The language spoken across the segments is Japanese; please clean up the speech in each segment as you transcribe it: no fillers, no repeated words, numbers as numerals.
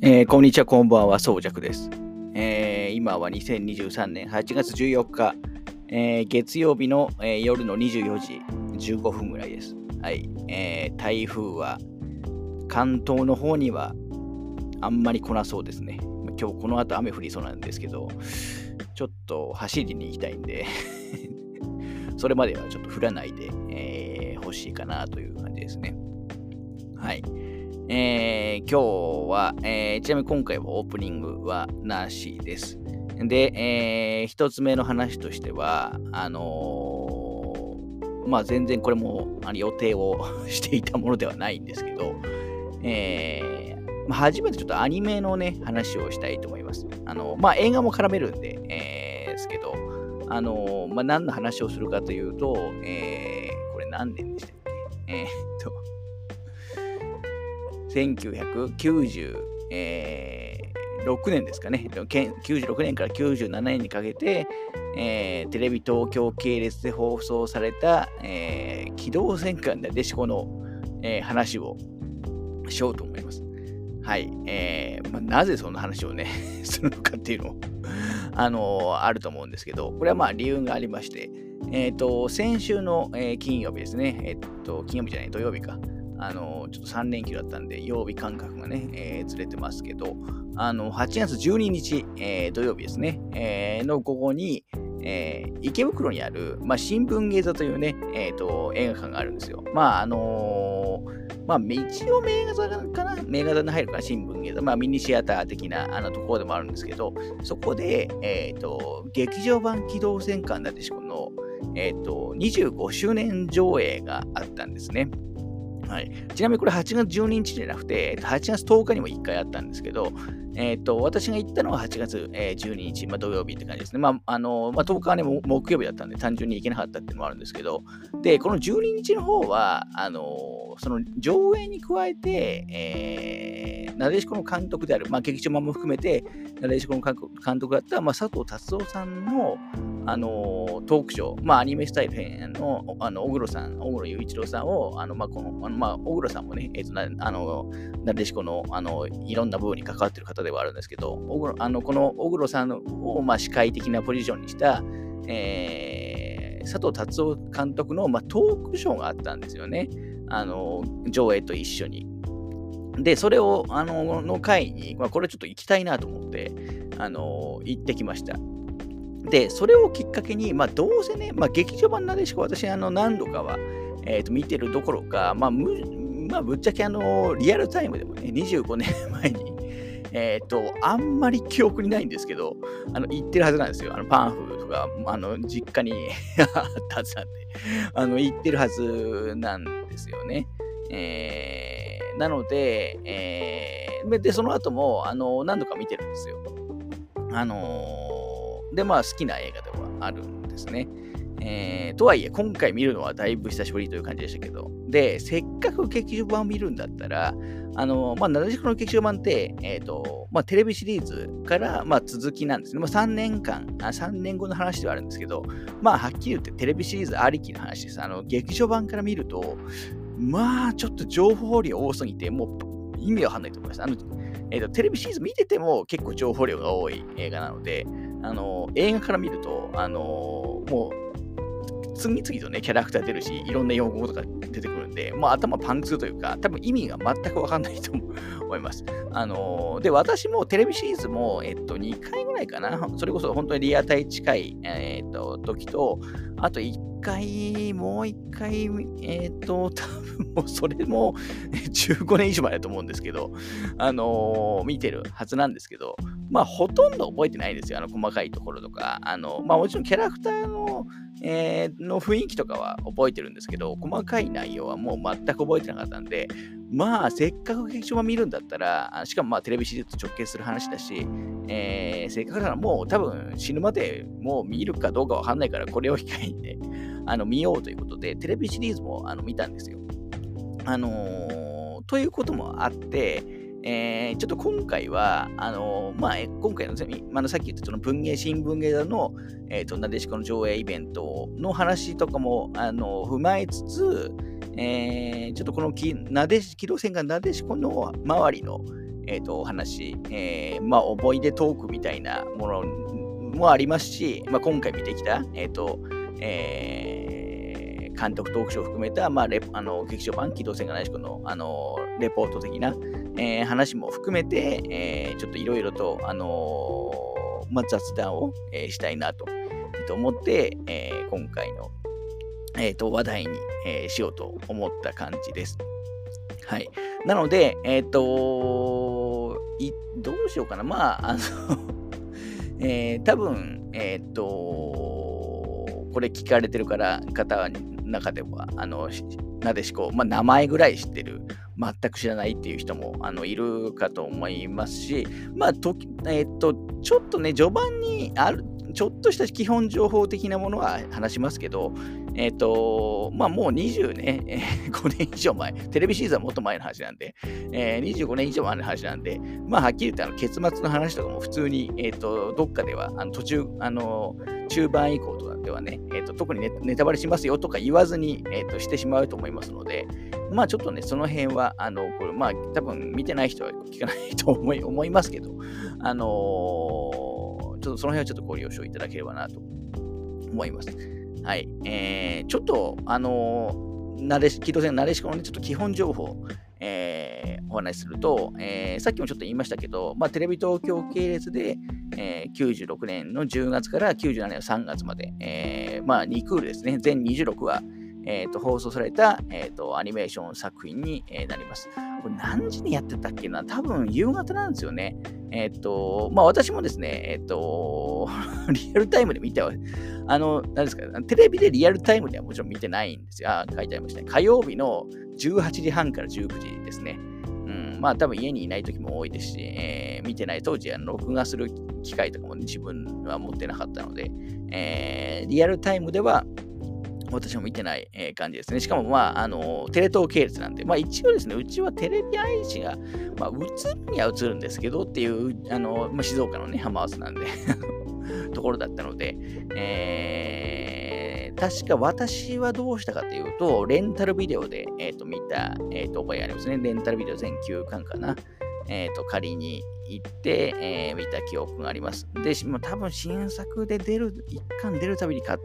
こんにちは、こんばんは、そうじゃくです。今は2023年8月14日、月曜日の、夜の24時15分ぐらいです。はい。台風は関東の方にはあんまり来なそうですね。今日この後雨降りそうなんですけど、ちょっと走りに行きたいんでそれまではちょっと降らないで、欲しいかなという感じですね。はい。今日は、ちなみに今回はオープニングはなしです。で、一つ目の話としては、全然これも予定をしていたものではないんですけど、初めてちょっとアニメのね、話をしたいと思います。映画も絡めるんで、ですけど、何の話をするかというと、これ何年でしたっけ1996年ですかね。96年から97年にかけて、テレビ東京系列で放送された、機動戦艦なでしこの、話をしようと思います。はい。なぜそんな話をね、するのかっていうのもあると思うんですけど、これは理由がありまして、先週の、金曜日ですね。金曜日じゃない、土曜日か。ちょっと3連休だったんで、曜日感覚がね、ずれてますけど、8月12日、土曜日ですね、の午後に、池袋にある、新聞芸座というね、映画館があるんですよ。一応名画座かな名画座に入るから新聞芸座。ミニシアター的なところでもあるんですけど、そこで、劇場版機動戦艦なでしこの、25周年上映があったんですね。はい、ちなみにこれ8月12日じゃなくて、8月10日にも1回あったんですけど、私が行ったのは8月、12日、土曜日って感じですね。10日はね、木曜日だったんで、単純に行けなかったっていうのもあるんですけど、で、この12日の方は、その上映に加えて、なでしこの監督である、劇場版も含めて、なでしこの監督だった、佐藤達夫さんの、トークショー、アニメスタイル編の、小黒雄一郎さんを、小黒さんもね、なでしこの、いろんな部分に関わっている方ではあるんですけど、この小黒さんを、司会的なポジションにした、佐藤達夫監督の、トークショーがあったんですよね。上映と一緒に。で、それを、の会に、これちょっと行きたいなと思って、行ってきました。で、それをきっかけに、どうせね、劇場版なでしこ、私、何度かは、見てるどころか、ぶっちゃけ、リアルタイムでもね、25年前に、あんまり記憶にないんですけど、行ってるはずなんですよ。パンフとか、実家にあったはずなんで、行ってるはずなんですよね。なので、で、その後も、何度か見てるんですよ。で、好きな映画ではあるんですね。とはいえ、今回見るのはだいぶ久しぶりという感じでしたけど、で、せっかく劇場版を見るんだったら、なでしこの劇場版って、テレビシリーズから、続きなんですね。3年後の話ではあるんですけど、はっきり言ってテレビシリーズありきの話です。劇場版から見ると、ちょっと情報量多すぎて、もう意味わかんないと思います。テレビシリーズ見てても結構情報量が多い映画なので、映画から見ると、もう、次々とね、キャラクター出るし、いろんな用語とか出てくるんで、頭パンクするというか、多分意味が全くわかんないと思います。で、私もテレビシリーズも、2回ぐらいかな、それこそ本当にリアタイ近い、時と、あと1回、もう1回、多分もうそれも15年以上前だと思うんですけど、見てるはずなんですけど、ほとんど覚えてないですよ。細かいところとか。もちろんキャラクターの雰囲気とかは覚えてるんですけど、細かい内容はもう全く覚えてなかったんで、せっかく劇場版見るんだったら、しかもテレビシリーズと直結する話だし、せっかくだからもう多分死ぬまでもう見るかどうかわかんないから、これを機会にね、見ようということで、テレビシリーズも見たんですよ。ということもあって、ちょっと今回は、今回のさっき言ったその新聞芸座の、なでしこの上映イベントの話とかも、踏まえつつ、ちょっとこの機動戦艦なでしこの周りの、 お話、まあ、思い出トークみたいなものもありますし、まあ、今回見てきた、監督トークショーを含めた、まあ、劇場版機動戦艦ナデシコの、レポート的な、話も含めて、ちょっといろいろと、まあ、雑談を、したいなと、思って、今回の、話題に、しようと思った感じです。はい。なので、どうしようかな。まあ、多分、これ聞かれてる方の中では、なでしこ、まあ、名前ぐらい知ってる、全く知らないっていう人もいるかと思いますし、まあ、ちょっとね、序盤にちょっとした基本情報的なものは話しますけど、まあ、もう25年以上前、テレビシーズンはもっと前の話なんで、25年以上前の話なんで、まあ、はっきり言って結末の話とかも普通に、どっかでは、中盤以降とかではね、特にネタバレしますよとか言わずに、してしまうと思いますので、まあちょっとね、その辺は、これまあ多分見てない人は聞かないと思いますけど、ちょっとその辺はちょっとご了承いただければなと思います。はい。ちょっと、機動戦なでしこの、ね、ちょっと基本情報、お話しすると、さっきもちょっと言いましたけど、まあ、テレビ東京系列で、96年の10月から97年の3月まで、まあ、2クールですね、全26話、放送された、アニメーション作品に、なります。これ何時にやってたっけな、多分夕方なんですよね。まあ私もですね、リアルタイムで見ては、何ですか、テレビでリアルタイムではもちろん見てないんですよ。書いてありましたね。火曜日の18時半から19時ですね。まあ多分家にいない時も多いですし、見てない当時は録画する機会とかも、ね、自分は持ってなかったので、リアルタイムでは私も見てない、感じですね。しかも、まあ、テレ東系列なんで、まあ、一応ですね、うちはテレビ愛知が、まあ、映るには映るんですけどっていう、まあ、静岡のね、浜松なんで、ところだったので、確か私はどうしたかというと、レンタルビデオで、見た、覚えありますね。レンタルビデオ全9巻かな。借りに行って、見た記憶があります。で、多分新作で一巻出るたびに借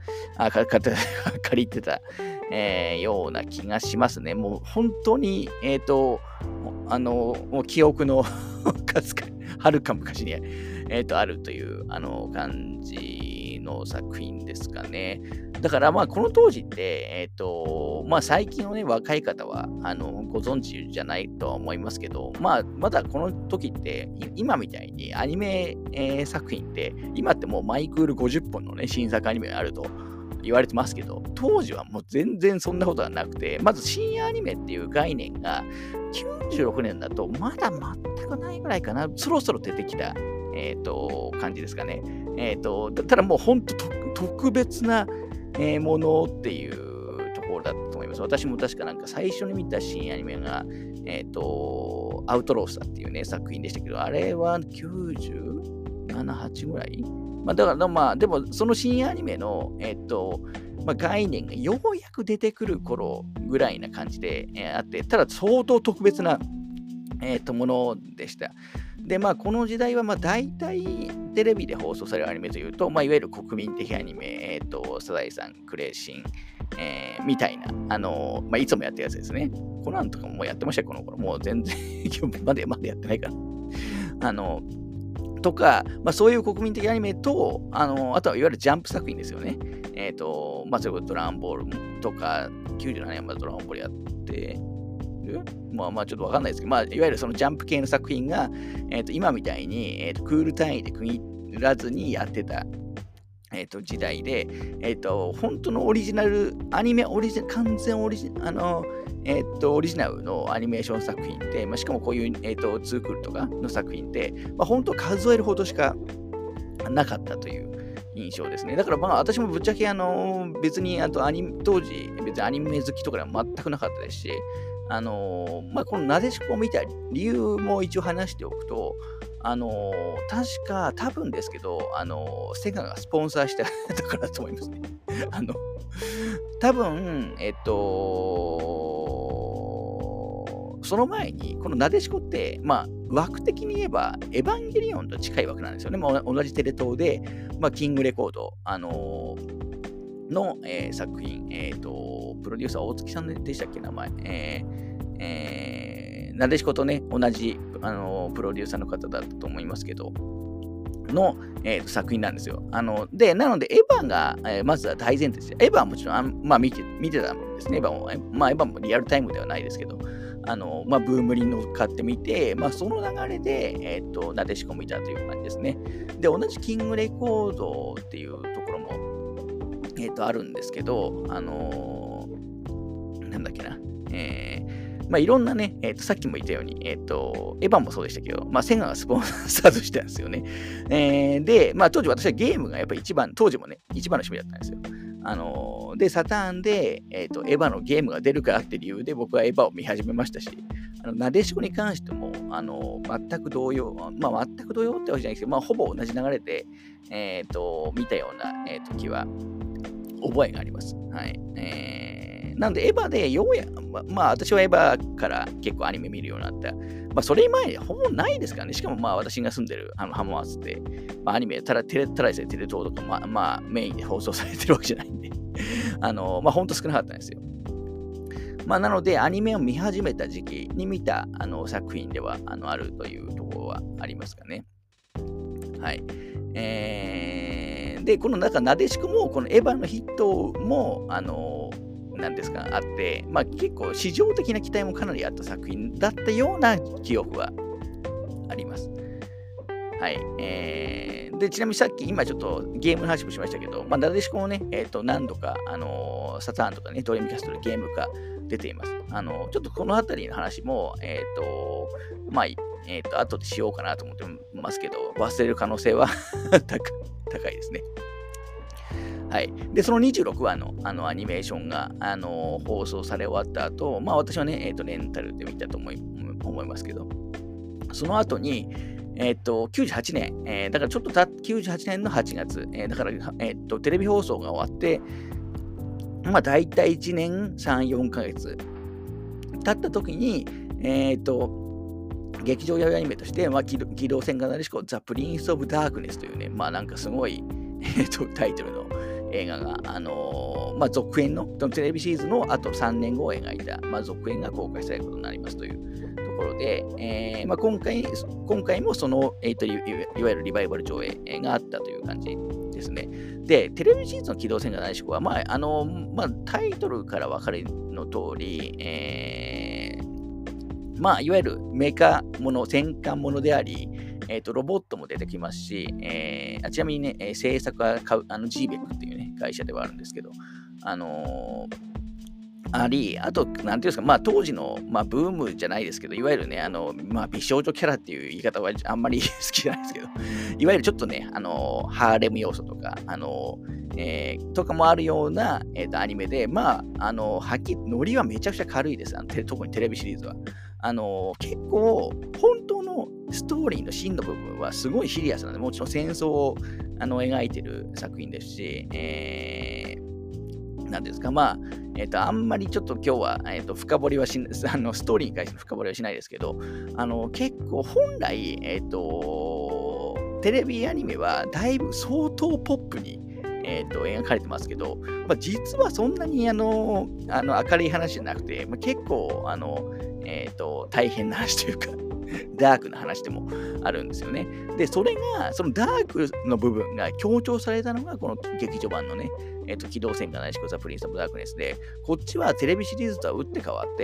りてた、ような気がしますね。もう本当に、もう記憶のはるか昔に、あるという、感じの作品ですかね。だから、まあ、この当時って、まあ、最近のね、若い方は、ご存知じゃないとは思いますけど、まあ、まだこの時って、今みたいにアニメ、作品って、今ってもうマイクール50本のね、新作アニメがあると言われてますけど、当時はもう全然そんなことはなくて、まず深夜アニメっていう概念が、96年だとまだ全くないぐらいかな、そろそろ出てきた、感じですかね。ただもう本当特別な、ものっていうところだったと思います。私も確かなんか最初に見た新アニメが、アウトロースターっていうね、作品でしたけど、あれは97、8ぐらい、まあ、だから、まあ、でもその新アニメの、まあ、概念がようやく出てくる頃ぐらいな感じで、あって、ただ相当特別な、ものでした。で、まあ、この時代は、まあ、大体テレビで放送されるアニメというと、まあ、いわゆる国民的アニメ、サザエさん、クレイシン、みたいな、まあ、いつもやってるやつですね。コナンとかももうやってましたよ、この頃。もう全然まだやってないから。とか、まあ、そういう国民的アニメと、あとはいわゆるジャンプ作品ですよね。まあ、それこそドラゴンボールとか、97年までドラゴンボールやってる、まあちょっとわかんないですけど、まあ、いわゆるそのジャンプ系の作品が、今みたいに、クール単位で区切らずにやってた、時代で、本当のオリジナル、完全オリジナルのアニメーション作品って、まあ、しかもこういう、ツークールとかの作品って、まあ、本当数えるほどしかなかったという印象ですね。だからまあ私もぶっちゃけ別に当時別にアニメ好きとかでは全くなかったですし、まあ、このなでしこを見た理由も一応話しておくと、多分ですけど、セガがスポンサーしてたからだと思いますね。多分、その前に、このなでしこって、まあ、 枠的に言えば、エヴァンゲリオンと近い枠なんですよね。同じテレ東で、キングレコード、の、作品、プロデューサー大月さんでしたっけ、名前。なでしことね、同じ、プロデューサーの方だったと思いますけど、の、作品なんですよ。なので、エヴァが、まずは大前提です。エヴァはもちろん、見てたんですね。エヴァもリアルタイムではないですけど、ブームに乗っかってみて、その流れで、なでしこ見たという感じですね。で、同じキングレコードっていうところも、あるんですけど、なんだっけな、いろんなね、さっきも言ったように、エヴァもそうでしたけど、セガがスポンサードしてたんですよね。で、当時私はゲームがやっぱり当時もね、一番の趣味だったんですよ。で、サターンで、エヴァのゲームが出るからって理由で僕はエヴァを見始めましたし、なでしこに関しても、全く同様、全く同様ってわけじゃないですけど、ほぼ同じ流れで、見たような、時は、覚えがあります。はい。なんで、エヴァでようや、私はエヴァから結構アニメ見るようになった。それ前、ほぼないですからね。しかも私が住んでる浜松で、アニメ、ただでさえテレ東とか、メインで放送されてるわけじゃないんで、ほんと少なかったんですよ。なので、アニメを見始めた時期に見た作品ではあるというところはありますかね。はい。で、このなでしこも、このエヴァのヒットも、なんですか、あって、結構市場的な期待もかなりあった作品だったような記憶はあります。はい。で、ちなみにさっき、今ちょっとゲームの話もしましたけど、なでしこもね、何度か、サターンとかね、ドレミキャストでゲーム化出ています。ちょっとこのあたりの話も、後でしようかなと思ってますけど、忘れる可能性は高いですね。はい。で、その26話のアニメーションが放送され終わった後、私はね、レンタルで見たと思いますけど、その後に、98年、だからちょっと98年の8月、だから、テレビ放送が終わって、だいたい1年3、4ヶ月経った時に、劇場やアニメとして、機動戦艦なでしこ、ザ・プリンス・オブ・ダークネスというね、なんかすごい、タイトルの映画が、続編の、テレビシリーズのあと3年後を描いた、続編が公開されることになりますというところで、今回もその、いわゆるリバイバル上映があったという感じですね。で、テレビシリーズの機動戦艦なでしこは、タイトルから分かるの通り、いわゆるメカもの、戦艦ものであり、ロボットも出てきますし、ちなみにね、制作はGBEC っていうね、会社ではあるんですけど、あと、なんていうんですか、当時の、ブームじゃないですけど、いわゆるね、美少女キャラっていう言い方はあんまり好きじゃないですけど、いわゆるちょっとね、ハーレム要素とか、とかもあるような、アニメで、はっきり、ノリはめちゃくちゃ軽いです。特にテレビシリーズは。結構、本当のストーリーの芯の部分はすごいシリアスなので、もちろん戦争を描いてる作品ですし、なんですか、あんまりちょっと今日は、深掘りはストーリーに関して深掘りはしないですけど、結構本来、テレビアニメはだいぶ相当ポップに、描かれてますけど、実はそんなに明るい話じゃなくて、結構大変な話というか、ダークな話でもあるんですよね。で、それが、そのダークの部分が強調されたのが、この劇場版のね、機動戦艦なでしこザ・プリンス・オブ・ダークネスで、こっちはテレビシリーズとは打って変わって、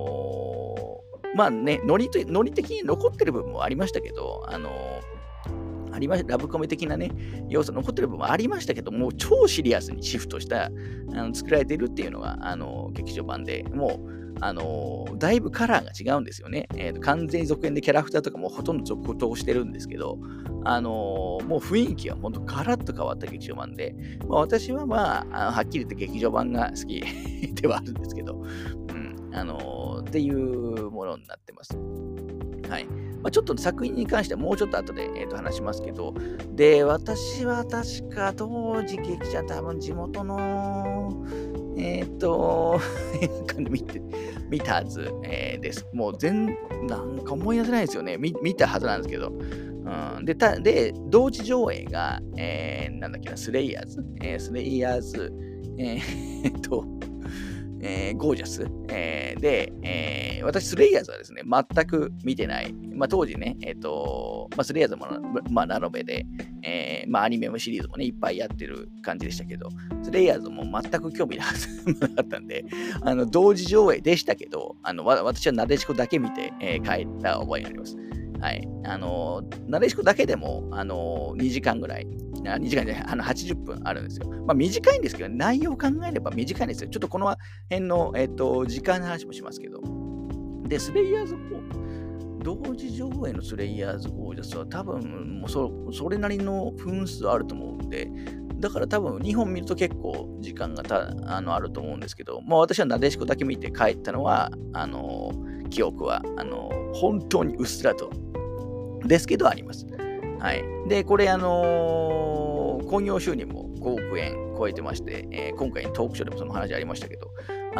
ノリ的に残ってる部分もありましたけど、ラブコメ的なね、要素残ってる部分もありましたけど、もう超シリアスにシフトした、作られているっていうのが、劇場版で、もう、だいぶカラーが違うんですよね。完全に続編でキャラクターとかもほとんど続投してるんですけど、もう雰囲気は本当ガラッと変わった劇場版で、私ははっきり言って劇場版が好きではあるんですけど、っていうものになってます。はい。ちょっと作品に関してはもうちょっと後で、話しますけど、で、私は確か当時劇場多分地元の、 見たはず、です。もうなんか思い出せないですよね。見たはずなんですけど。で、同時上映が、なんだっけな、スレイヤーズ、えーっと、ゴージャス、で、私、スレイヤーズはですね、全く見てない。当時ね、スレイヤーズも、ラノベで、アニメもシリーズもね、いっぱいやってる感じでしたけど、スレイヤーズも全く興味なかったんで、同時上映でしたけど、私はなでしこだけ見て、帰った覚えがあります。はい。なでしこだけでも、2時間ぐらい、2時間じゃない、80分あるんですよ。短いんですけど、内容を考えれば短いんですよ。ちょっとこの辺の、時間の話もしますけど。で、スレイヤーズ同時上映のスレイヤーズゴージャスは多分もうそれなりの分数あると思うんで、だから多分2本見ると結構時間があると思うんですけど、私はなでしこだけ見て帰ったのは、記憶は、本当にうっすらとですけどあります。はい。で、これ、興行収入も5億円超えてまして、今回のトークショーでもその話ありましたけど、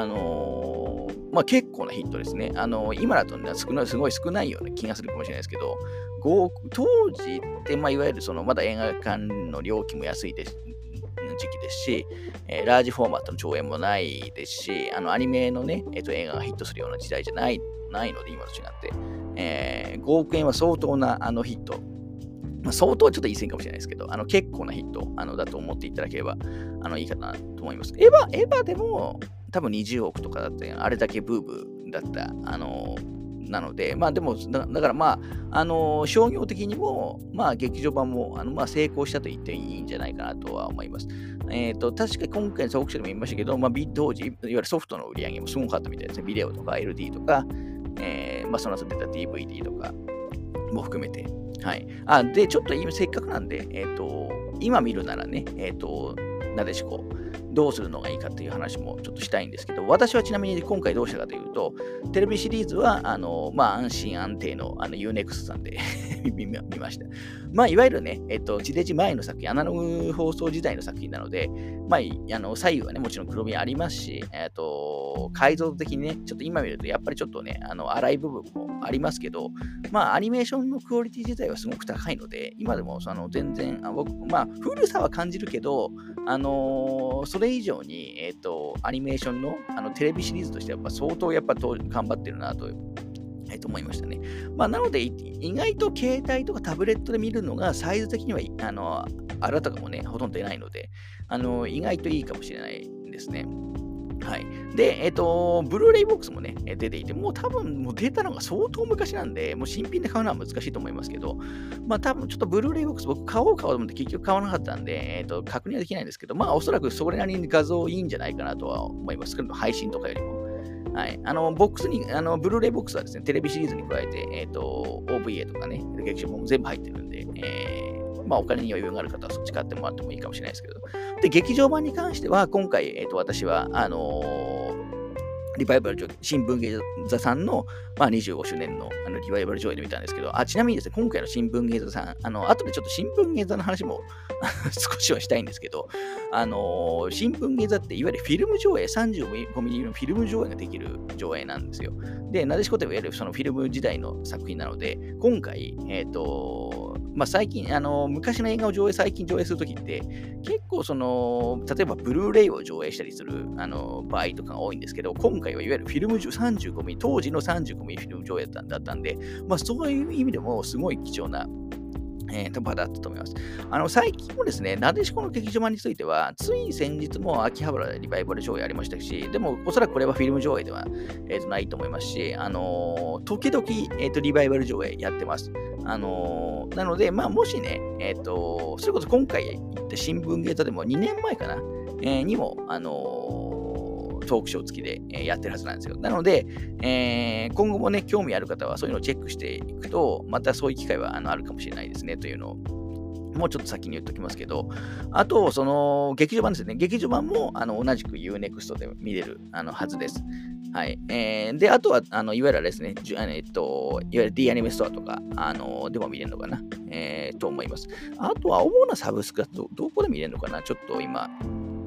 結構なヒットですね。今だと、ね、すごい少ないような気がするかもしれないですけど、当時って、いわゆるまだ映画館の料金も安い時期ですし、ラージフォーマットの上映もないですし、アニメのね、映画がヒットするような時代じゃないので、今と違って、5億円は相当なヒット。相当はちょっと言い過ぎかもしれないですけど、結構なヒットだと思っていただければいいかなと思います。エヴァでも多分20億とかだったよ。あれだけブーブーだった。なので、でも、だから商業的にも、劇場版も、成功したと言っていいんじゃないかなとは思います。確か今回のトークショーでも言いましたけど、当時、いわゆるソフトの売り上げもすごかったみたいですね。ビデオとか LD とか、その後出た DVD とかも含めて。はい。で、ちょっと今、せっかくなんで、今見るならね、なでしこ、どうするのがいいかっていう話もちょっとしたいんですけど、私はちなみに今回どうしたかというと、テレビシリーズは、安心安定のUNEXT さんで見ました。いわゆるね、地デジ前の作品、アナログ放送時代の作品なので、左右はね、もちろん黒みありますし、解像度的にね、ちょっと今見ると、やっぱりちょっとね、荒い部分もありますけど、アニメーションのクオリティ自体はすごく高いので、今でも全然、古さは感じるけど、それ以上に、アニメーションのテレビシリーズとしては相当頑張ってるなと思いましたね。なので、意外と携帯とかタブレットで見るのがサイズ的には、あらたかもね、ほとんど出ないので、意外といいかもしれないですね。はい。で、ブルーレイボックスもね、出ていて、もう多分出たのが相当昔なんで、もう新品で買うのは難しいと思いますけど、多分ちょっとブルーレイボックス僕買おうと思って結局買わなかったんで、確認はできないんですけど、おそらくそれなりに画像いいんじゃないかなとは思いますけど、配信とかよりも。はい。ボックスに、ブルーレイボックスはですね、テレビシリーズに加えて、OVA とかね、劇場も全部入ってるんで、お金に余裕がある方はそっち買ってもらってもいいかもしれないですけど。で、劇場版に関しては、今回、私は、リバイバル上映、新聞芸座さんの、25周年のリバイバル上映で見たんですけど、ちなみにですね、今回の新聞芸座さん、後でちょっと新聞芸座の話も少しはしたいんですけど、新聞芸座っていわゆるフィルム上映、35ミリのフィルム上映ができる上映なんですよ。で、なでしこではいわゆるそのフィルム時代の作品なので、今回、最近、昔の映画を最近上映するときって、結構例えばブルーレイを上映したりする場合とかが多いんですけど、今回はいわゆるフィルム35ミリ、当時の35ミリフィルム上映だったんで、そういう意味でもすごい貴重な場だったと思います。最近もですね、なでしこの劇場版については、つい先日も秋葉原でリバイバル上映ありましたし、でもおそらくこれはフィルム上映では、ないと思いますし、時々、リバイバル上映やってます。なので、もしね、それこそ今回行った新聞芸座でも2年前かな、にも、トークショー付きでやってるはずなんですよ。なので、今後もね、興味ある方はそういうのをチェックしていくと、またそういう機会はあるかもしれないですね、というのを。もうちょっと先に言っておきますけど、あと、劇場版ですね。劇場版も同じく UNEXT で見れるはずです。はい。で、あとは、いわゆるあれですね、いわゆる D アニメストアとか、でも見れるのかな、と思います。あとは、主なサブスクだとどこで見れるのかな、ちょっと今、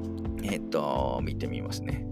見てみますね。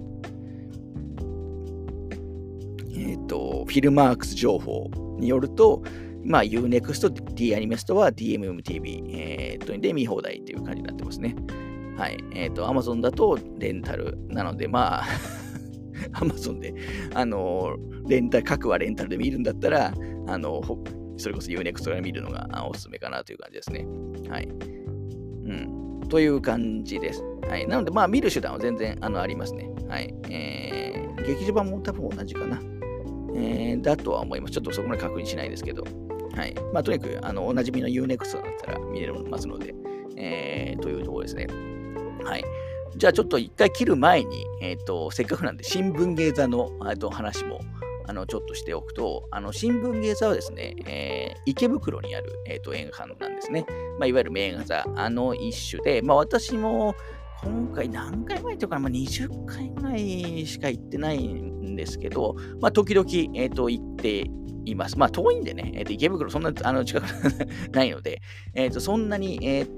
フィルマークス情報によると、まあ、Unext、D アニメストは DMMTV、で見放題という感じになってますね。はい。Amazon だとレンタルなので、まあ、Amazon で、各話レンタルで見るんだったら、それこそ Unext から見るのがおすすめかなという感じですね。はい。という感じです。はい。なので、まあ、見る手段は全然ありますね。はい。劇場版も多分同じかな。だとは思います。ちょっとそこまで確認しないですけど。はい。まあ、とにかく、おなじみの Unext だったら見れますので、というところですね。はい。じゃあ、ちょっと一回切る前に、せっかくなんで、新聞芸座の話も、ちょっとしておくと、新聞芸座はですね、池袋にある、映画館なんですね。まあ、いわゆる名画座、一種で、まあ、私も、今回何回前というかな、まあ、20回ぐらいしか行ってないんですけど、まあ、時々、行っています。まあ、遠いんでね、池袋そんな近くないので、そんなに、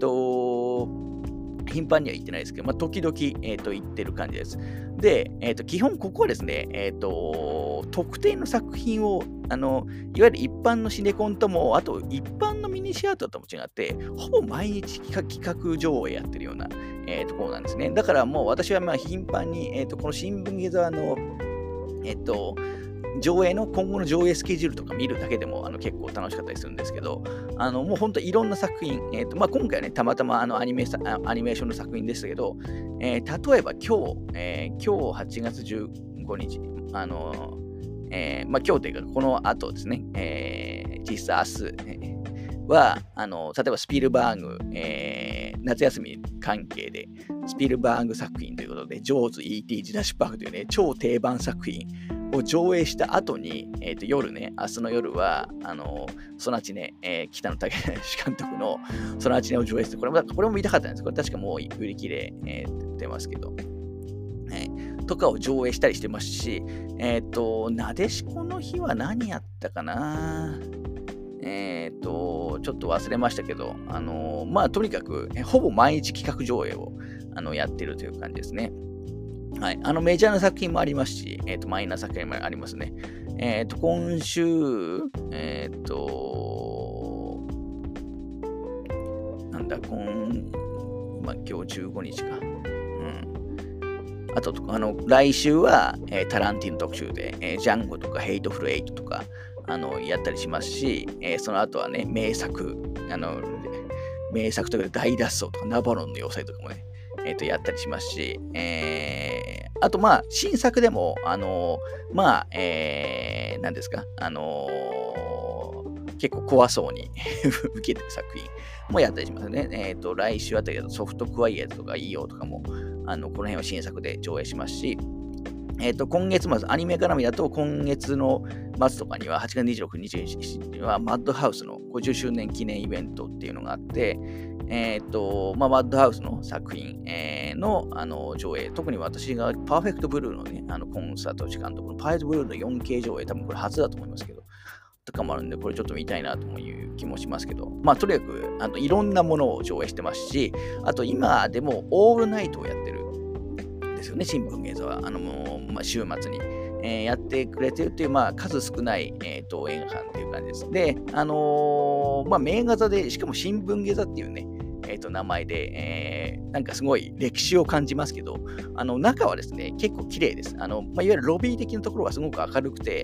頻繁には行ってないですけど、まあ、時々、行ってる感じです。で、基本ここはですね、特定の作品を、いわゆる一般のシネコンとも、あと一般のミニシアターとも違って、ほぼ毎日企画上映やってるような、ところなんですね。だからもう私はまあ頻繁に、この新聞芸座の、上映の今後の上映スケジュールとか見るだけでも結構楽しかったりするんですけど、もう本当いろんな作品、まあ、今回はね、たまたまアニメーションの作品でしたけど、例えば今日8月15日、まあ、今日というか、この後ですね、実際明日、は、例えばスピルバーグ、夏休み関係で、スピルバーグ作品ということで、ジョーズ、E.T., ジュラシックパークというね、超定番作品を上映した後に、夜ね、明日の夜は、ソナチネ、北野武監督のソナチネを上映して、これも見たかったんです。これ確かもう売り切れ、出ますけど。とかを上映したりしてますし、なでしこの日は何やったかなちょっと忘れましたけど、まあ、とにかく、ほぼ毎日企画上映をやってるという感じですね。はい。メジャーな作品もありますし、マイナー作品もありますね。今週、なんだ、今日15日か。あと、来週は、タランティーノ特集で、ジャンゴとかヘイトフルエイトとか、やったりしますし、その後はね、名作というか大脱走とかナバロンの要塞とかもね、やったりしますし、あと、まあ、新作でも、まあ、何ですか、結構怖そうに受けてる作品もやったりしますね。来週あたりだとソフトクワイエットとか EO とかも、この辺は新作で上映しますし、今月末、アニメ絡みだと今月の末とかには、8月26、27日には、マッドハウスの50周年記念イベントっていうのがあって、まあ、マッドハウスの作品、の、上映、特に私がパーフェクトブルーのね、コンサート時間とこのパーフェクトブルーの 4K 上映、多分これ初だと思いますけど、とかもあるんで、これちょっと見たいなという気もしますけど、まあ、とにかく、いろんなものを上映してますし、あと今でもオールナイトをやってるんですよね、新聞芸座は。まあ、週末に、やってくれてるっていう、まあ、数少ない、映画館っていう感じです。で、まあ、名画座で、しかも新聞芸座っていうね、名前で、なんかすごい歴史を感じますけど、中はですね、結構綺麗です。まあ、いわゆるロビー的なところがすごく明るくて、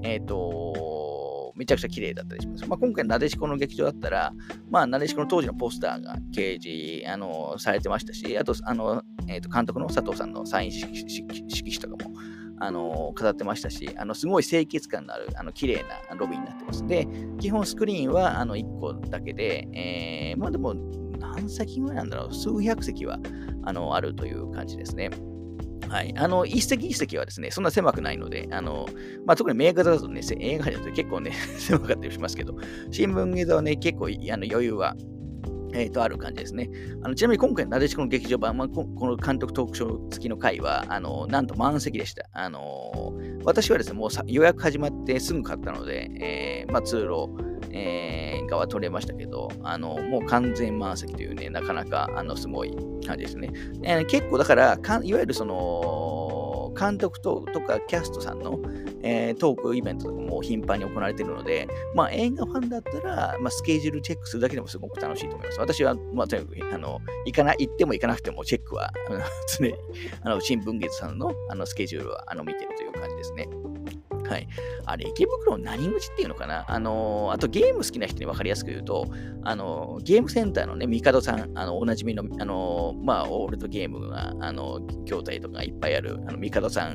めちゃくちゃ綺麗だったりします。まあ、今回、なでしこの劇場だったら、まあ、なでしこの当時のポスターが掲示されてましたし、あと、監督の佐藤さんのサイン色紙とかも飾ってましたし、すごい清潔感のある、綺麗なロビーになってます。で、基本スクリーンは1個だけで、まあでも、何席ぐらいなんだろう、数百席はあるという感じですね。はい。一席一席はですね、そんな狭くないので、まあ、特に名画座だとね、映画館だと結構ね、狭かったりしますけど、新聞芸座はね、結構余裕は、ある感じですね。ちなみに今回のなでしこの劇場版、まあ、この監督トークショー付きの回は、なんと満席でした。私はですね、もう予約始まってすぐ買ったので、まあ、通路画は撮れましたけど、もう完全満席というね、なかなかすごい感じですね。結構だから、いわゆるその、監督とかキャストさんの、トークイベントとかも頻繁に行われているので、まあ、映画ファンだったら、まあ、スケジュールチェックするだけでもすごく楽しいと思います。私は、まあ、とにかく、行っても行かなくてもチェックは、常に、新聞月さんの、スケジュールは、見てるという感じですね。はい。あれ、池袋の何口っていうのかな、あとゲーム好きな人に分かりやすく言うと、ゲームセンターのね、ミカドさん、おなじみの、まあ、オールドゲームが、筐体とかいっぱいある、ミカドさん、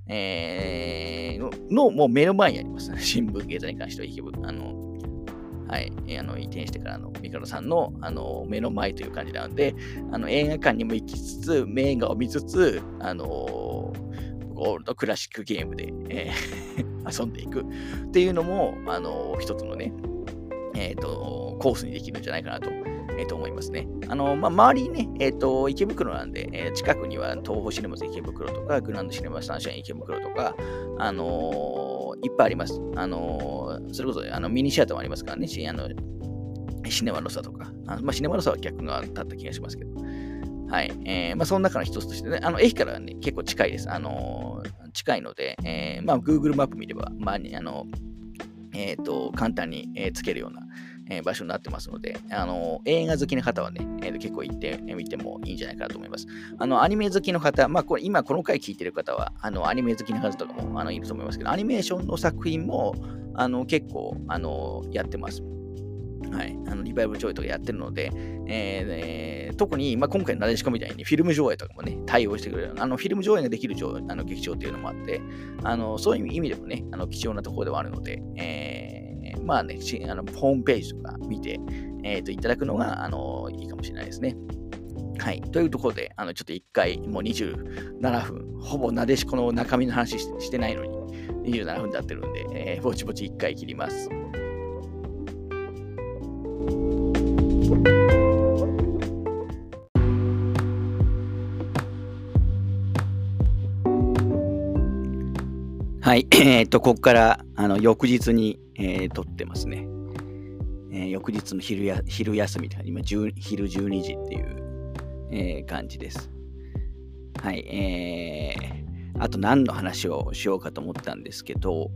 のもう目の前にあります。新聞芸座に関しては池袋、はい、移転してからのミカドさんの、目の前という感じなので、映画館にも行きつつ、映画を見つつ、ゴールドクラシックゲームで、遊んでいくっていうのも、一つのね、コースにできるんじゃないかなと、思いますね。まあ、周りにね、池袋なんで、近くには東宝シネマズ池袋とか、グランドシネマサンシャイン池袋とか、いっぱいあります。それこそ、ミニシアターもありますからね、シネマロサとか。まあ、シネマロサは逆が立った気がしますけど。はい。まあ、その中の一つとしてね、駅からね、結構近いです。近いので、まあ、Google マップ見れば、まあ、簡単につけるような、場所になってますので、映画好きの方はね、結構行ってみてもいいんじゃないかなと思います。アニメ好きの方、まあ、今この回聞いてる方は、アニメ好きの方とかもいると思いますけど、アニメーションの作品も結構やってます。はい、リバイバル上映とかやってるので、特に、まあ、今回のなでしこみたいにフィルム上映とかもね、対応してくれる、フィルム上映ができる劇場っていうのもあって、そういう意味でもね、貴重なところではあるので、まあね、ホームページとか見て、いただくのが、いいかもしれないですね。はい。というところで、ちょっと1回、もう27分、ほぼなでしこの中身の話してないのに、27分経ってるんで、ぼちぼち1回切ります。はい。ここから、翌日に、撮ってますね。翌日の昼休みとか、今、昼12時っていう、感じです。はい。あと何の話をしようかと思ったんですけど、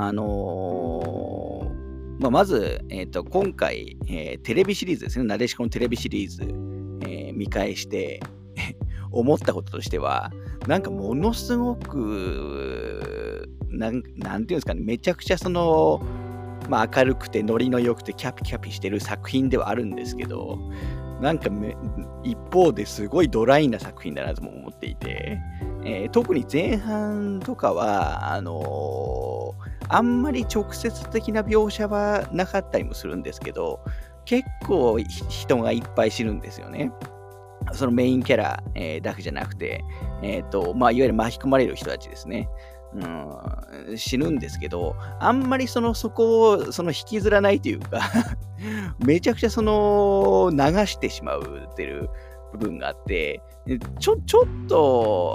まあ、まず、今回、テレビシリーズですね。なでしこのテレビシリーズ、見返して思ったこととしては、なんかものすごく、なんていうんですかね、めちゃくちゃまあ、明るくてノリの良くてキャピキャピしてる作品ではあるんですけど、なんか一方ですごいドライな作品だなとも思っていて、特に前半とかは、あんまり直接的な描写はなかったりもするんですけど、結構人がいっぱい死ぬんですよね。そのメインキャラ、だけじゃなくて、まあ、いわゆる巻き込まれる人たちですね。死ぬんですけど、あんまりそこを引きずらないというかめちゃくちゃ流してしまうっていう部分があって、ちょっと、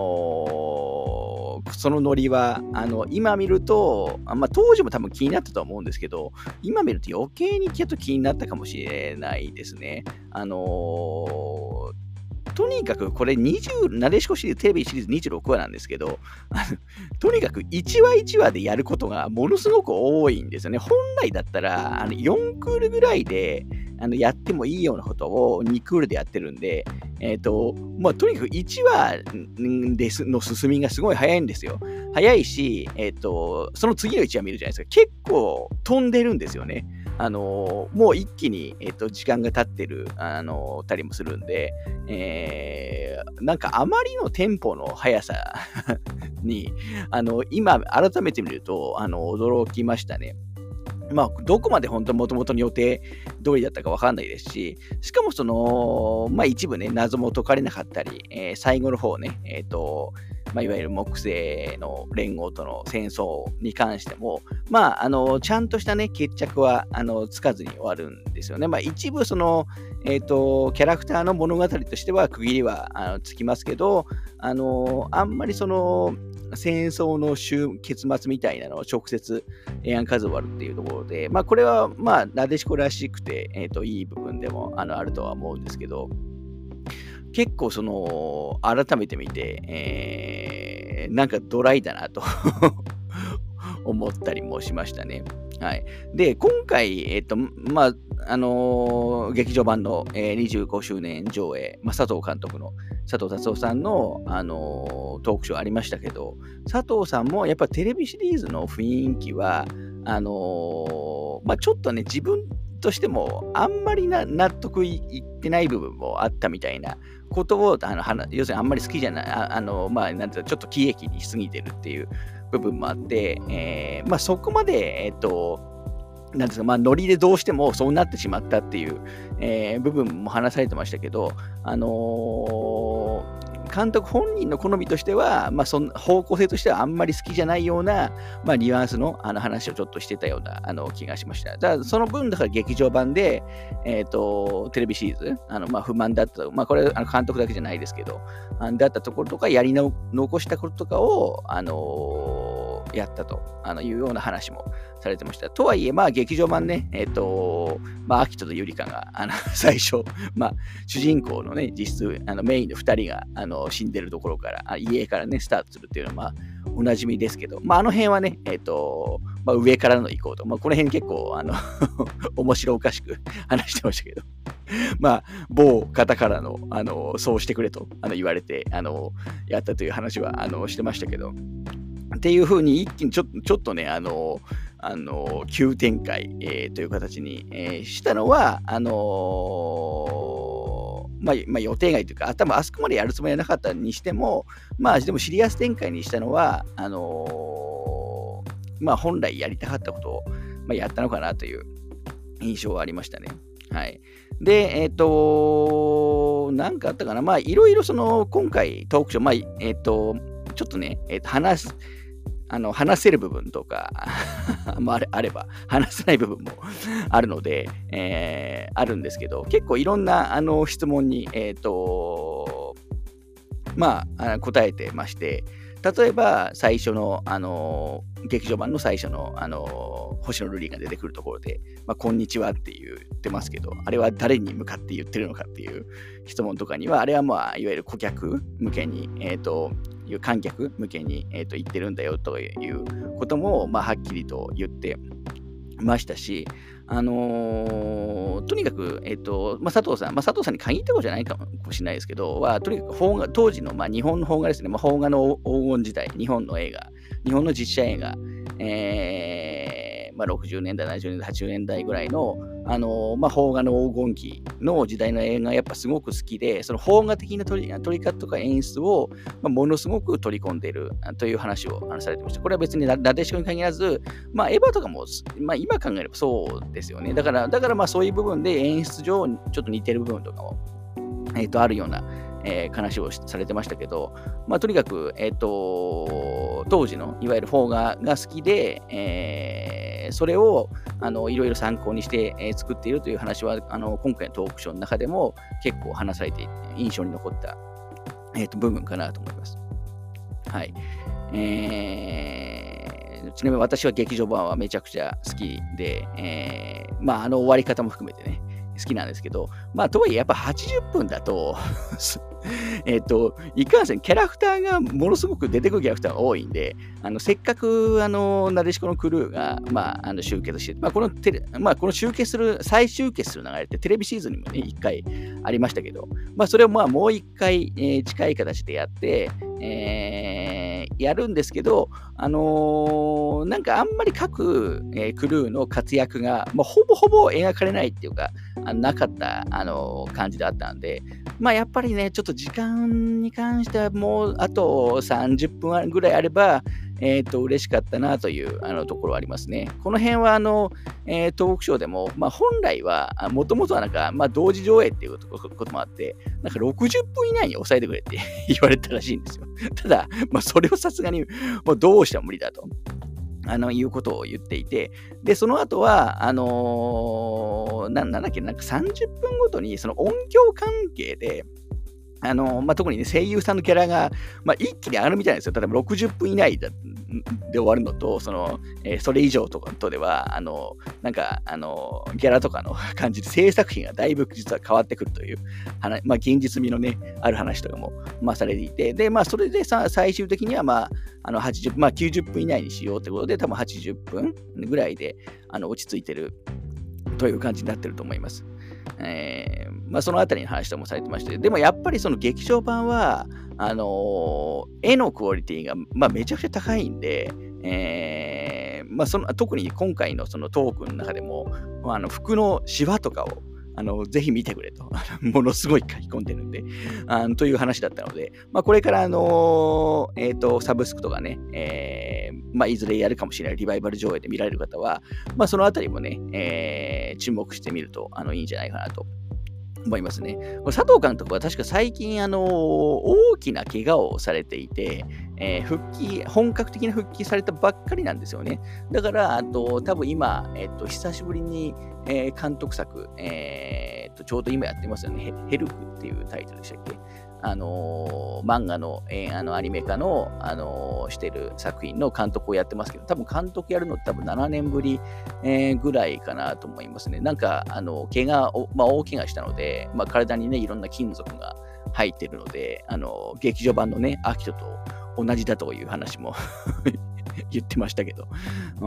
そのノリは、今見ると、まあ、当時も多分気になったと思うんですけど、今見ると余計にちょっと気になったかもしれないですね。とにかくこれなでしこシリーズ、テレビシリーズ26話なんですけど、とにかく1話1話でやることがものすごく多いんですよね。本来だったら4クールぐらいでやってもいいようなことを2クールでやってるんで、まあ、とにかく1話の進みがすごい早いんですよ。早いし、その次の1話見るじゃないですか。結構飛んでるんですよね。もう一気に、時間が経ってる、たりもするんで、なんかあまりのテンポの速さに、今改めて見ると、驚きましたね。まあ、どこまで本当もともとの予定通りだったかわかんないですし、しかもまあ一部ね、謎も解かれなかったり、最後の方ね、まあ、いわゆる木星の連合との戦争に関しても、まあ、ちゃんとしたね、決着は、つかずに終わるんですよね。まあ、一部、キャラクターの物語としては区切りはつきますけど、あんまり戦争の結末みたいなのを直接描かず終わるっていうところで、これはなでしこらしくて、いい部分でもあるとは思うんですけど、結構改めて見て、なんかドライだなと思ったりもしましたね。はい。で、今回、劇場版の、25周年上映、佐藤監督の佐藤達夫さんの、トークショーありましたけど、佐藤さんもやっぱテレビシリーズの雰囲気は、ちょっとね、自分としてもあんまり納得いってない部分もあったみたいなことを、要するにあんまり好きじゃない、なんていうの、ちょっと喜劇にしすぎてるっていう部分もあって、そこまで、なんですか、ノリでどうしてもそうなってしまったっていう、部分も話されてましたけど、監督本人の好みとしては、その方向性としてはあんまり好きじゃないような、ニュアンスの話をちょっとしてたような気がしました。だからその分、だから劇場版で、テレビシリーズ、不満だった、これ監督だけじゃないですけど、だったところとか、残したこととかを、やったというような話もされてました。とはいえ、劇場版ね、アキトとユリカが最初、主人公のね、実質メインの2人が死んでるところから、家からね、スタートするっていうのは、おなじみですけど、あの辺はね、上からの行こうと、この辺結構、面白おかしく話してましたけど、某方からの、そうしてくれと言われて、やったという話はしてましたけど、っていう風に一気にちょっとね、急展開、という形に、したのは、予定外というか、多分あそこまでやるつもりはなかったにしても、でもシリアス展開にしたのは、本来やりたかったことを、やったのかなという印象はありましたね。はい。で、なんかあったかな、いろいろ今回トークショー、ちょっとね、話せる部分とかあれば、話せない部分もあるので、あるんですけど、結構いろんな質問に、答えてまして、例えば最初の、劇場版の最初の、星野瑠璃が出てくるところで、こんにちはって言ってますけど、あれは誰に向かって言ってるのかっていう質問とかには、あれはいわゆる顧客向けに、観客向けに、言ってるんだよということも、はっきりと言ってましたし、とにかく、佐藤さんに限ったことじゃないかもしれないですけど、とにかく当時の、日本の邦画ですね、邦画の黄金時代、日本の実写映画、60年代、70年代、80年代ぐらいの、邦画の黄金期の時代の映画がやっぱすごく好きで、その邦画的な撮り方とか演出を、ものすごく取り込んでいるという話をされてました。これは別になでしこに限らず、エヴァとかも、今考えればそうですよね。だからそういう部分で演出上、ちょっと似てる部分とかも、あるような、話をされてましたけど、とにかく、当時のいわゆる邦画が好きで、それをいろいろ参考にして、作っているという話は今回のトークショーの中でも結構話されていて印象に残った、部分かなと思います。はい。ちなみに私は劇場版はめちゃくちゃ好きで、終わり方も含めてね、好きなんですけど、とはいえやっぱ80分だといかんせんキャラクターがものすごく出てくるキャラクターが多いんで、せっかくなでしこのクルーが、集結して、この再集結する流れってテレビシーズンにもね、1回ありましたけど、それをもう1回、近い形でやって、やるんですけど、なんかあんまり各、クルーの活躍が、ほぼほぼ描かれないっていうか、なかった、感じだったんで、やっぱりね、ちょっと時間に関してはもうあと30分ぐらいあれば、嬉しかったなというところはありますね。この辺はトークショーでも、本来は、もともとはなんか、同時上映っていうこともあって、なんか60分以内に抑えてくれって言われたらしいんですよ。ただ、それをさすがにもうどうしても無理だと。いうことを言っていて、で、その後は、なんだっけ、なんか30分ごとに、その音響関係で、 特にね、声優さんのキャラが、一気に上がるみたいなんですよ。例えば60分以内で終わるのと、それ以上とかとでは、ギャラとかの感じで制作費がだいぶ実は変わってくるという現実味のね、ある話とかも、されていて、で、それで最終的には、90分以内にしようってことで、多分80分ぐらいで、落ち着いてるという感じになってると思います。そのあたりの話ともされてまして、でもやっぱりその劇場版は、絵のクオリティが、めちゃくちゃ高いんで、特に今回のそのトークの中でも、服のシワとかを、ぜひ見てくれと、ものすごい書き込んでるんで、という話だったので、これから、サブスクとかね、いずれやるかもしれないリバイバル上映で見られる方は、そのあたりもね、注目してみるといいんじゃないかなと思いますね。佐藤監督は確か最近、大きな怪我をされていて、本格的な復帰されたばっかりなんですよね。だから、多分今、久しぶりに、監督作、ちょうど今やってますよね。ヘルフっていうタイトルでしたっけ？漫画の、アニメ化の、してる作品の監督をやってますけど、多分監督やるのって多分7年ぶり、ぐらいかなと思いますね。大怪我したので、体にね、いろんな金属が入ってるので、劇場版のね、アキトと同じだという話も言ってましたけど、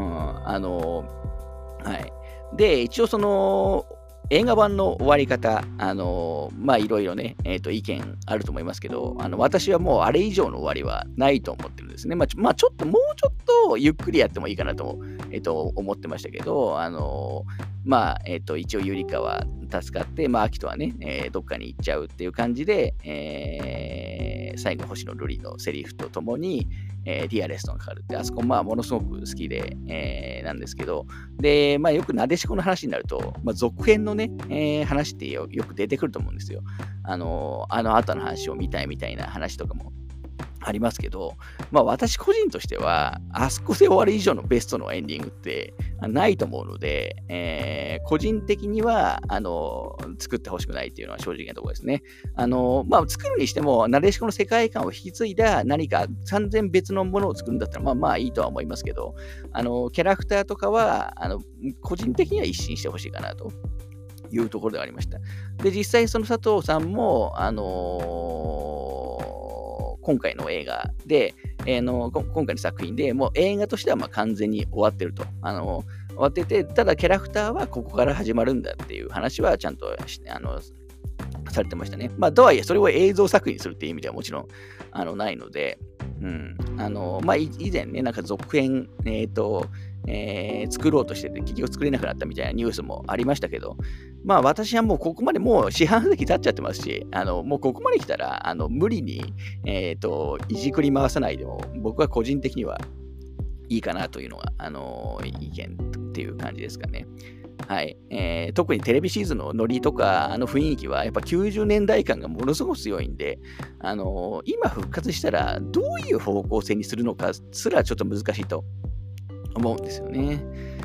はい。で、一応映画版の終わり方、いろいろね、意見あると思いますけど、私はもうあれ以上の終わりはないと思ってるんですね。もうちょっとゆっくりやってもいいかなと、思ってましたけど、一応ゆりかは助かって、アキトはね、どっかに行っちゃうっていう感じで、最後、星野瑠璃のセリフとともに、ディアレストがかかるって、あそこ、ものすごく好きで、なんですけど、で、よくなでしこの話になると、続編のね、話ってよく出てくると思うんですよ。後の話を見たいみたいな話とかもありますけど、私個人としては、あそこで終わる以上のベストのエンディングってないと思うので、個人的には、作ってほしくないっていうのは正直なところですね。作るにしても、なでしこの世界観を引き継いだ何か完全別のものを作るんだったら、いいとは思いますけど、キャラクターとかは、個人的には一新してほしいかなというところではありました。で、実際その佐藤さんも、今回の映画で、今回の作品でもう映画としては完全に終わってると。終わってて、ただキャラクターはここから始まるんだっていう話はちゃんとされてましたね。とはいえ、それを映像作品にするっていう意味ではもちろんないので、以前ね、続編、作ろうとしてて、結局作れなくなったみたいなニュースもありましたけど、私はもうここまでもう四半世紀経っちゃってますし、もうここまで来たら、無理に、いじくり回さないでも、僕は個人的にはいいかなというのが、意見っていう感じですかね。はい。特にテレビシーズンのノリとか、雰囲気は、やっぱ90年代感がものすごく強いんで、今復活したら、どういう方向性にするのかすらちょっと難しいと思うんですよね。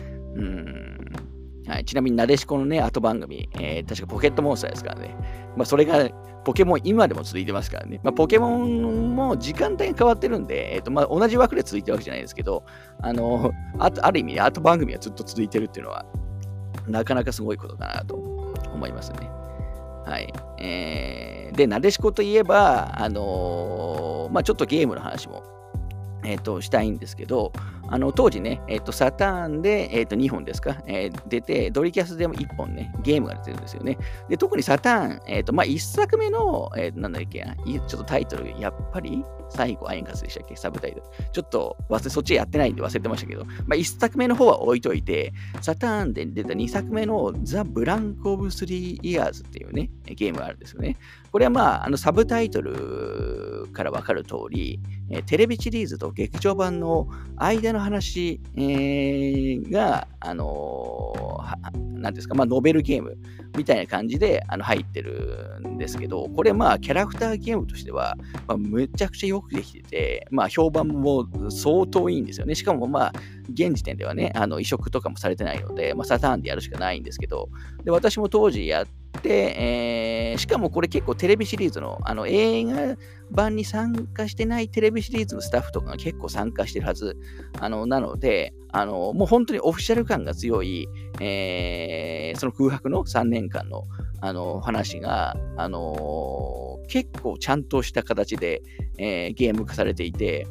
はい、ちなみに、なでしこのね、後番組、確かポケットモンスターですからね。それが、ポケモン今でも続いてますからね。ポケモンも時間帯が変わってるんで、同じ枠で続いてるわけじゃないですけど、ある意味、後番組はずっと続いてるっていうのは、なかなかすごいことかなと思いますね。はい。で、なでしこといえば、ちょっとゲームの話も、したいんですけど、当時ね、サターンで、2本ですか、出て、ドリキャスでも1本ね、ゲームが出てるんですよね。で、特にサターン、1作目の、なんだっけな、ちょっとタイトル、やっぱり、最後、アインカスでしたっけ、サブタイトル。ちょっとそっちやってないんで忘れてましたけど、1作目の方は置いといて、サターンで出た2作目のザ・ブランク・オブ・スリー・イヤーズっていうね、ゲームがあるんですよね。これはサブタイトルからわかる通り、テレビシリーズと劇場版の間の話、が、なんですか、ノベルゲームみたいな感じで入ってるんですけど、これキャラクターゲームとしては、めちゃくちゃよくできてて、評判も相当いいんですよね。しかも現時点ではね、移植とかもされてないので、サターンでやるしかないんですけど、で、私も当時やっで、しかもこれ結構テレビシリーズの、映画版に参加してないテレビシリーズのスタッフとかが結構参加してるはず。なので、もう本当にオフィシャル感が強い、その空白の3年間の、話が、結構ちゃんとした形で、ゲーム化されていて、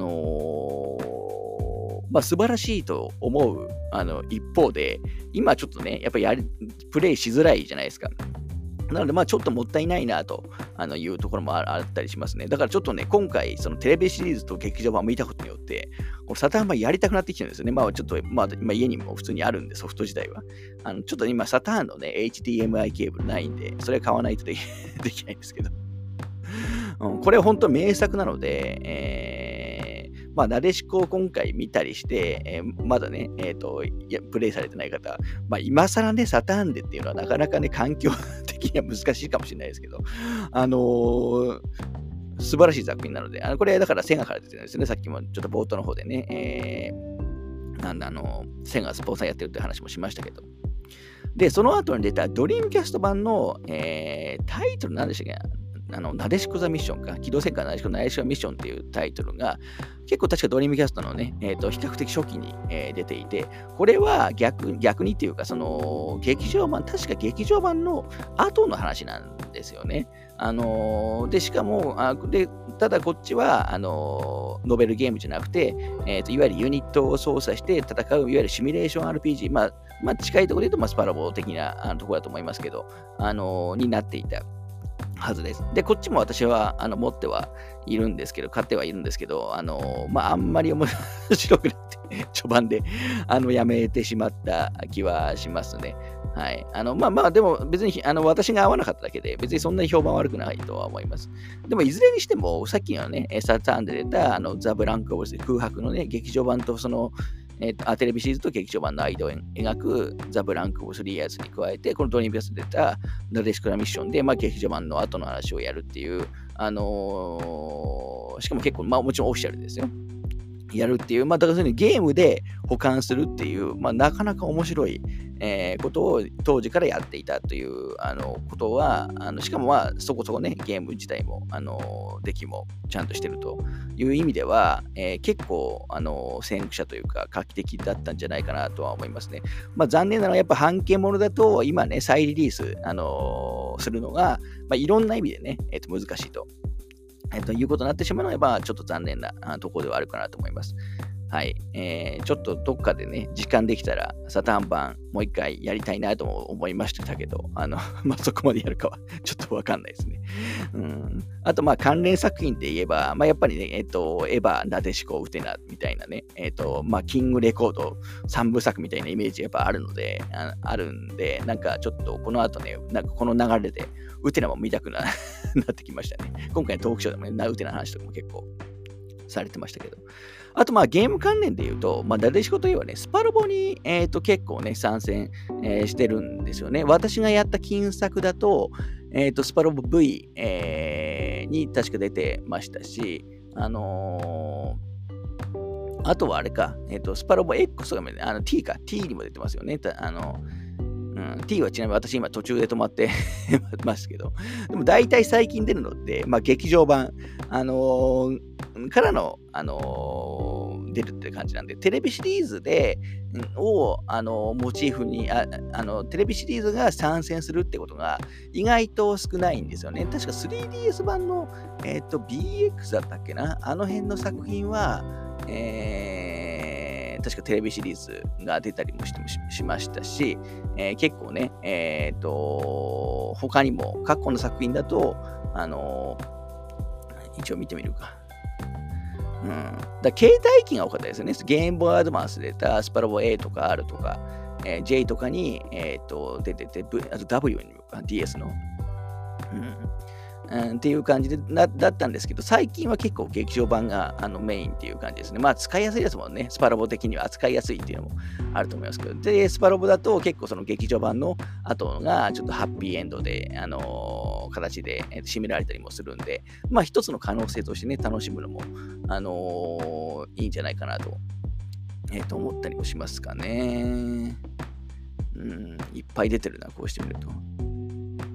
素晴らしいと思う一方で、今ちょっとね、やっぱりプレイしづらいじゃないですか。なので、ちょっともったいないなというところもあったりしますね。だからちょっとね、今回、そのテレビシリーズと劇場版を見たことによって、このサターン版やりたくなってきてるんですよね。ちょっと、今家にも普通にあるんで、ソフト自体は。ちょっと今、サターンのね、HDMI ケーブルないんで、それ買わないとできないんですけど。これは本当名作なので、なでしこを今回見たりして、まだね、プレイされてない方、今更ね、サターンでっていうのはなかなかね、環境的には難しいかもしれないですけど、素晴らしい作品なので、これだからセガから出てるんですね。さっきもちょっと冒頭の方でね、セガスポンサーやってるって話もしましたけど。で、その後に出たドリームキャスト版の、タイトル何でしたっけ？なでしこザミッションか、機動戦艦なでしこミッションっていうタイトルが、結構確かドリームキャストのね、比較的初期に、出ていて、これは逆にっていうか、その、確か劇場版の後の話なんですよね。で、しかも、ただこっちは、ノベルゲームじゃなくて、いわゆるユニットを操作して戦う、いわゆるシミュレーション RPG、近いところで言うと、スパラボ的なところだと思いますけど、になっていたはずです。で、こっちも私は持ってはいるんですけど、買ってはいるんですけど、あんまり面白くなって、序盤でやめてしまった気はしますね。はい。でも別に私が合わなかっただけで、別にそんなに評判悪くないとは思います。でも、いずれにしても、さっきのね、サターンで出たザ・ブランク・オブス空白のね、劇場版とその、テレビシリーズと劇場版の間を描くザ・ブランク・オブ・スリー・イヤーズに加えて、このドリームキャストで出たなでしこなミッションで、劇場版の後の話をやるっていう、しかも結構、もちろんオフィシャルですよ。やるっていう、だからそういうゲームで保管するっていう、なかなか面白い、ことを当時からやっていたということは、しかもそこそこね、ゲーム自体も、出来もちゃんとしてるという意味では、結構、先駆者というか、画期的だったんじゃないかなとは思いますね。残念なのは、やっぱ半径ものだと、今ね、再リリース、するのが、いろんな意味でね、難しいと。いうことになってしまうのは、ちょっと残念なところではあるかなと思います。はい。ちょっとどっかでね、時間できたら、サターン版もう一回やりたいなと思いましたけど、そこまでやるかはちょっとわかんないですね。あと、関連作品で言えば、やっぱりね、エヴァ、なでしこ、ウテナみたいなね、キングレコード3部作みたいなイメージがやっぱあるんで、なんかちょっとこの後ね、なんかこの流れで、ウテナも見たくなってきましたね。今回のトークショーでもね、ウテナの話とかも結構されてましたけど。あと、ゲーム関連で言うと、なでしこといえばね、スパロボに、結構ね、参戦、してるんですよね。私がやった金作だと、スパロボ V、に確か出てましたし、あとはあれか、スパロボ X が、T か、T にも出てますよね。T はちなみに私今途中で止まってますけど、でも大体最近出るのって、劇場版、からの、出るって感じなんで、テレビシリーズをモチーフにテレビシリーズが参戦するってことが意外と少ないんですよね。確か 3DS 版の、BX だったっけな、あの辺の作品は、確かテレビシリーズが出たりもしましたし、結構ね、他にも過去の作品だと、一応見てみるか。携帯機が多かったですよね。ゲームボーイアドバンスで出たスパロボ A とか R とか、J とかに、出てて、あと W にも DS の。っていう感じでだったんですけど、最近は結構劇場版がメインっていう感じですね。使いやすいですもんね。スパロボ的には扱いやすいっていうのもあると思いますけど。で、スパロボだと結構その劇場版の後がちょっとハッピーエンドで、形で締められたりもするんで、一つの可能性としてね、楽しむのも、いいんじゃないかなと、思ったりもしますかね。いっぱい出てるな、こうしてみると。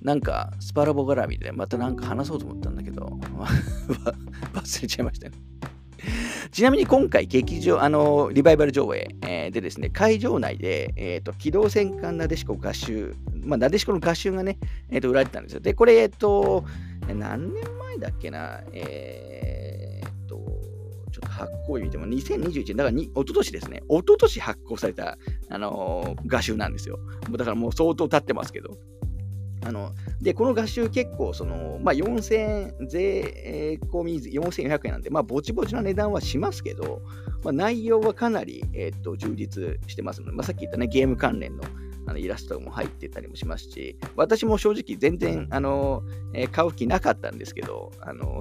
なんか、スパラボ絡みでまたなんか話そうと思ったんだけど、忘れちゃいましたね。ちなみに今回、劇場、リバイバル上映、でですね、会場内で、機動戦艦なでしこ合衆、なでしこの合衆がね、売られてたんですよ。で、これ、何年前だっけな、ちょっと発行日見ても、2021年、だから一昨年ですね、一昨年発行された、画集なんですよ。だからもう相当経ってますけど。で、この画集結構、4000円、税込み4400円なんで、ぼちぼちな値段はしますけど、内容はかなり、充実してますので、さっき言ったね、ゲーム関連のイラストも入ってたりもしますし、私も正直全然、買う気なかったんですけど、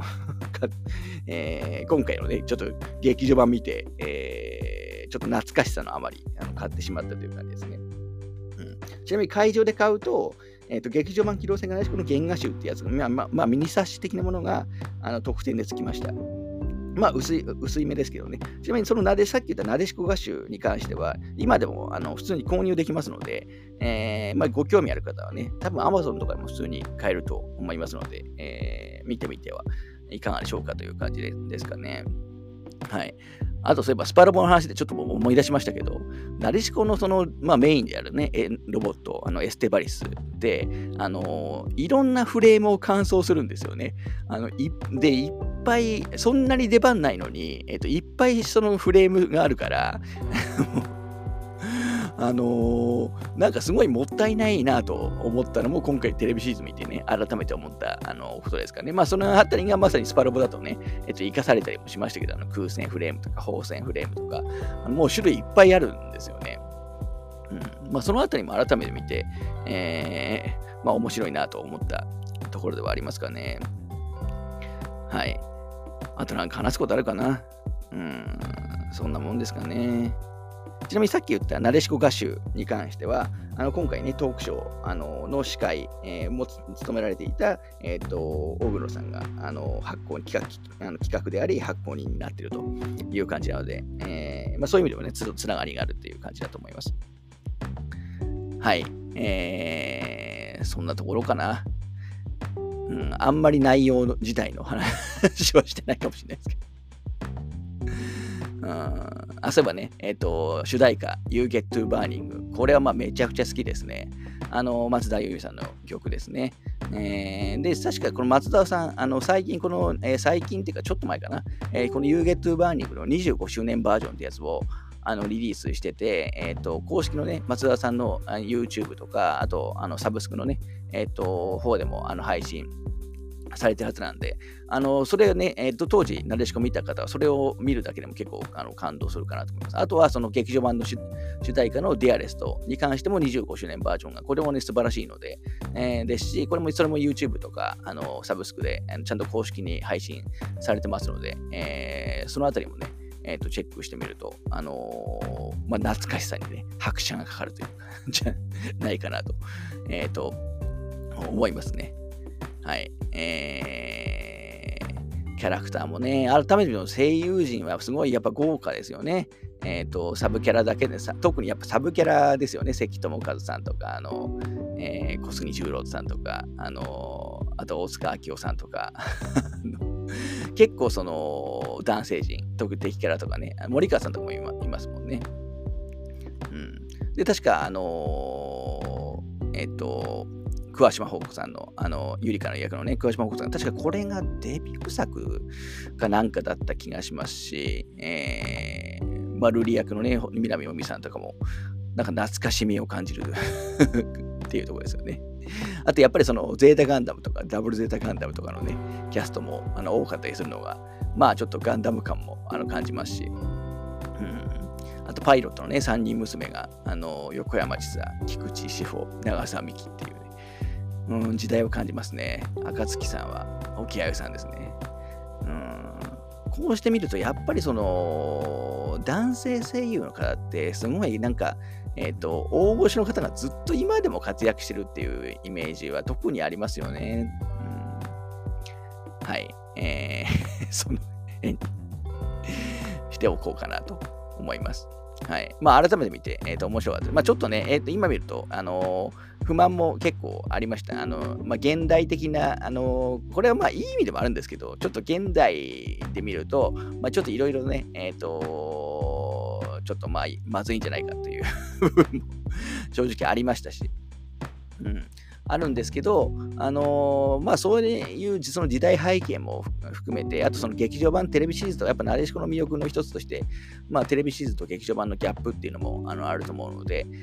今回のね、ちょっと劇場版見て、ちょっと懐かしさのあまり買ってしまったという感じですね。ちなみに会場で買うと、劇場版機動戦艦なでしこの原画集ってやつが、ミニ冊子的なものが特典でつきました。薄い目ですけどね。ちなみにさっき言ったなでしこ画集に関しては、今でも普通に購入できますので、ご興味ある方はね、多分 Amazon とかでも普通に買えると思いますので、見てみてはいかがでしょうかという感じですかね。はい。あと、そういえば、スパラボの話でちょっと思い出しましたけど、なでしこのメインであるね、ロボット、エステバリスで、いろんなフレームを乾燥するんですよね。いっぱい、そんなに出番ないのに、いっぱいそのフレームがあるから、なんかすごいもったいないなと思ったのも今回テレビシリーズ見てね、改めて思ったことですかね。そのあたりがまさにスパロボだとね、活かされたりもしましたけど、空線フレームとか放線フレームとか、もう種類いっぱいあるんですよね。そのあたりも改めて見て、面白いなと思ったところではありますかね。はい。あとなんか話すことあるかな。そんなもんですかね。ちなみにさっき言ったなでしこ画集に関しては、今回ね、トークショーの司会、も務められていた、大黒さんが発行企画であり、発行人になっているという感じなので、そういう意味でもね、つながりがあるっていう感じだと思います。はい。そんなところかな。あんまり内容自体の話はしてないかもしれないですけど。そういえばね、主題歌、You Get to Burning。これはめちゃくちゃ好きですね。松田優衣さんの曲ですね。で、確かこの松田さん、最近っていうかちょっと前かな、この You Get to Burning の25周年バージョンってやつをリリースしてて、公式のね、松田さんのYouTube とか、あとサブスクのね、方でも配信されてるはずなんで、それをね、当時、なでしこ見た方は、それを見るだけでも結構感動するかなと思います。あとは、その劇場版の主題歌のディアレストに関しても25周年バージョンが、これもね、素晴らしいので、ですし、それも YouTube とか、サブスクで、ちゃんと公式に配信されてますので、そのあたりもね、チェックしてみると、懐かしさにね、拍車がかかるというか、じゃないかなと、思いますね。はい。キャラクターもね、改めての声優陣はすごいやっぱ豪華ですよね。サブキャラだけで特にやっぱサブキャラですよね。関智一さんとか、小杉十郎さんとか、あと大塚明夫さんとか、結構その男性陣、特に敵キャラとかね、森川さんとかもいますもんね。で、確か、桑島宝子さんの、ゆりかの役のね、桑島宝子さん、確かこれがデビュー作かなんかだった気がしますし、ルリ役のね、南おみさんとかも、なんか懐かしみを感じるっていうところですよね。あとやっぱりそのゼータガンダムとかダブルゼータガンダムとかのね、キャストも多かったりするのが、ちょっとガンダム感も感じますし、あとパイロットのね、3人娘が、横山千沙、菊池志保、長澤美希っていうね、時代を感じますね。暁さんは沖合さんですね。こうしてみると、やっぱりその、男性声優の方って、すごいなんか、大御所の方がずっと今でも活躍してるっていうイメージは特にありますよね。はい。その辺にしておこうかなと思います。はい。改めて見て、面白かったです。ちょっとね、今見ると、 不満も結構ありました。現代的な、これはまあいい意味でもあるんですけど、ちょっと現代で見ると、ちょっといろいろね、ちょっとまずいんじゃないかという部分も正直ありましたし、うん、あるんですけど、そういうその時代背景も含めて、あとその劇場版テレビシリーズとやっぱなでしこの魅力の一つとして、テレビシリーズと劇場版のギャップっていうのもあると思うので、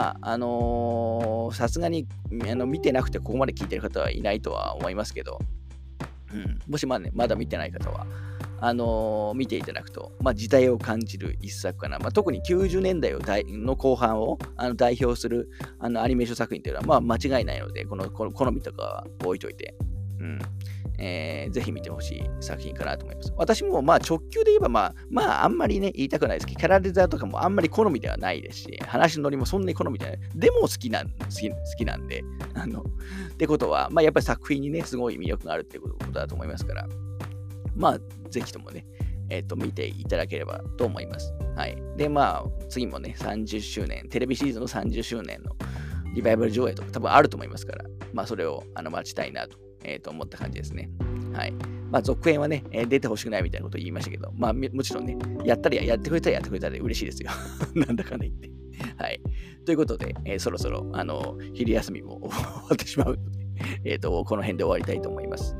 さすがに見てなくてここまで聞いてる方はいないとは思いますけど、もしまだ見てない方は、見ていただくと、時代を感じる一作かな。特に90年代の後半を代表するアニメーション作品というのは、間違いないので、この好みとかは置いといて、ぜひ見てほしい作品かなと思います。私も直球で言えば、あんまりね、言いたくないですけど、キャラデザとかもあんまり好みではないですし、話のノリもそんなに好みではない。でも好きなんで、ってことは、やっぱり作品にね、すごい魅力があるっていうことだと思いますから、ぜひともね、見ていただければと思います。はい。で、次もね、30周年、テレビシリーズの30周年のリバイバル上映とか多分あると思いますから、それを待ちたいなと、思った感じですね。はい。続編はね、出てほしくないみたいなことを言いましたけど、もちろんね、やってくれたら嬉しいですよ。なんだかんだ言って。はい。ということで、そろそろ、昼休みも終わってしまうので、この辺で終わりたいと思います。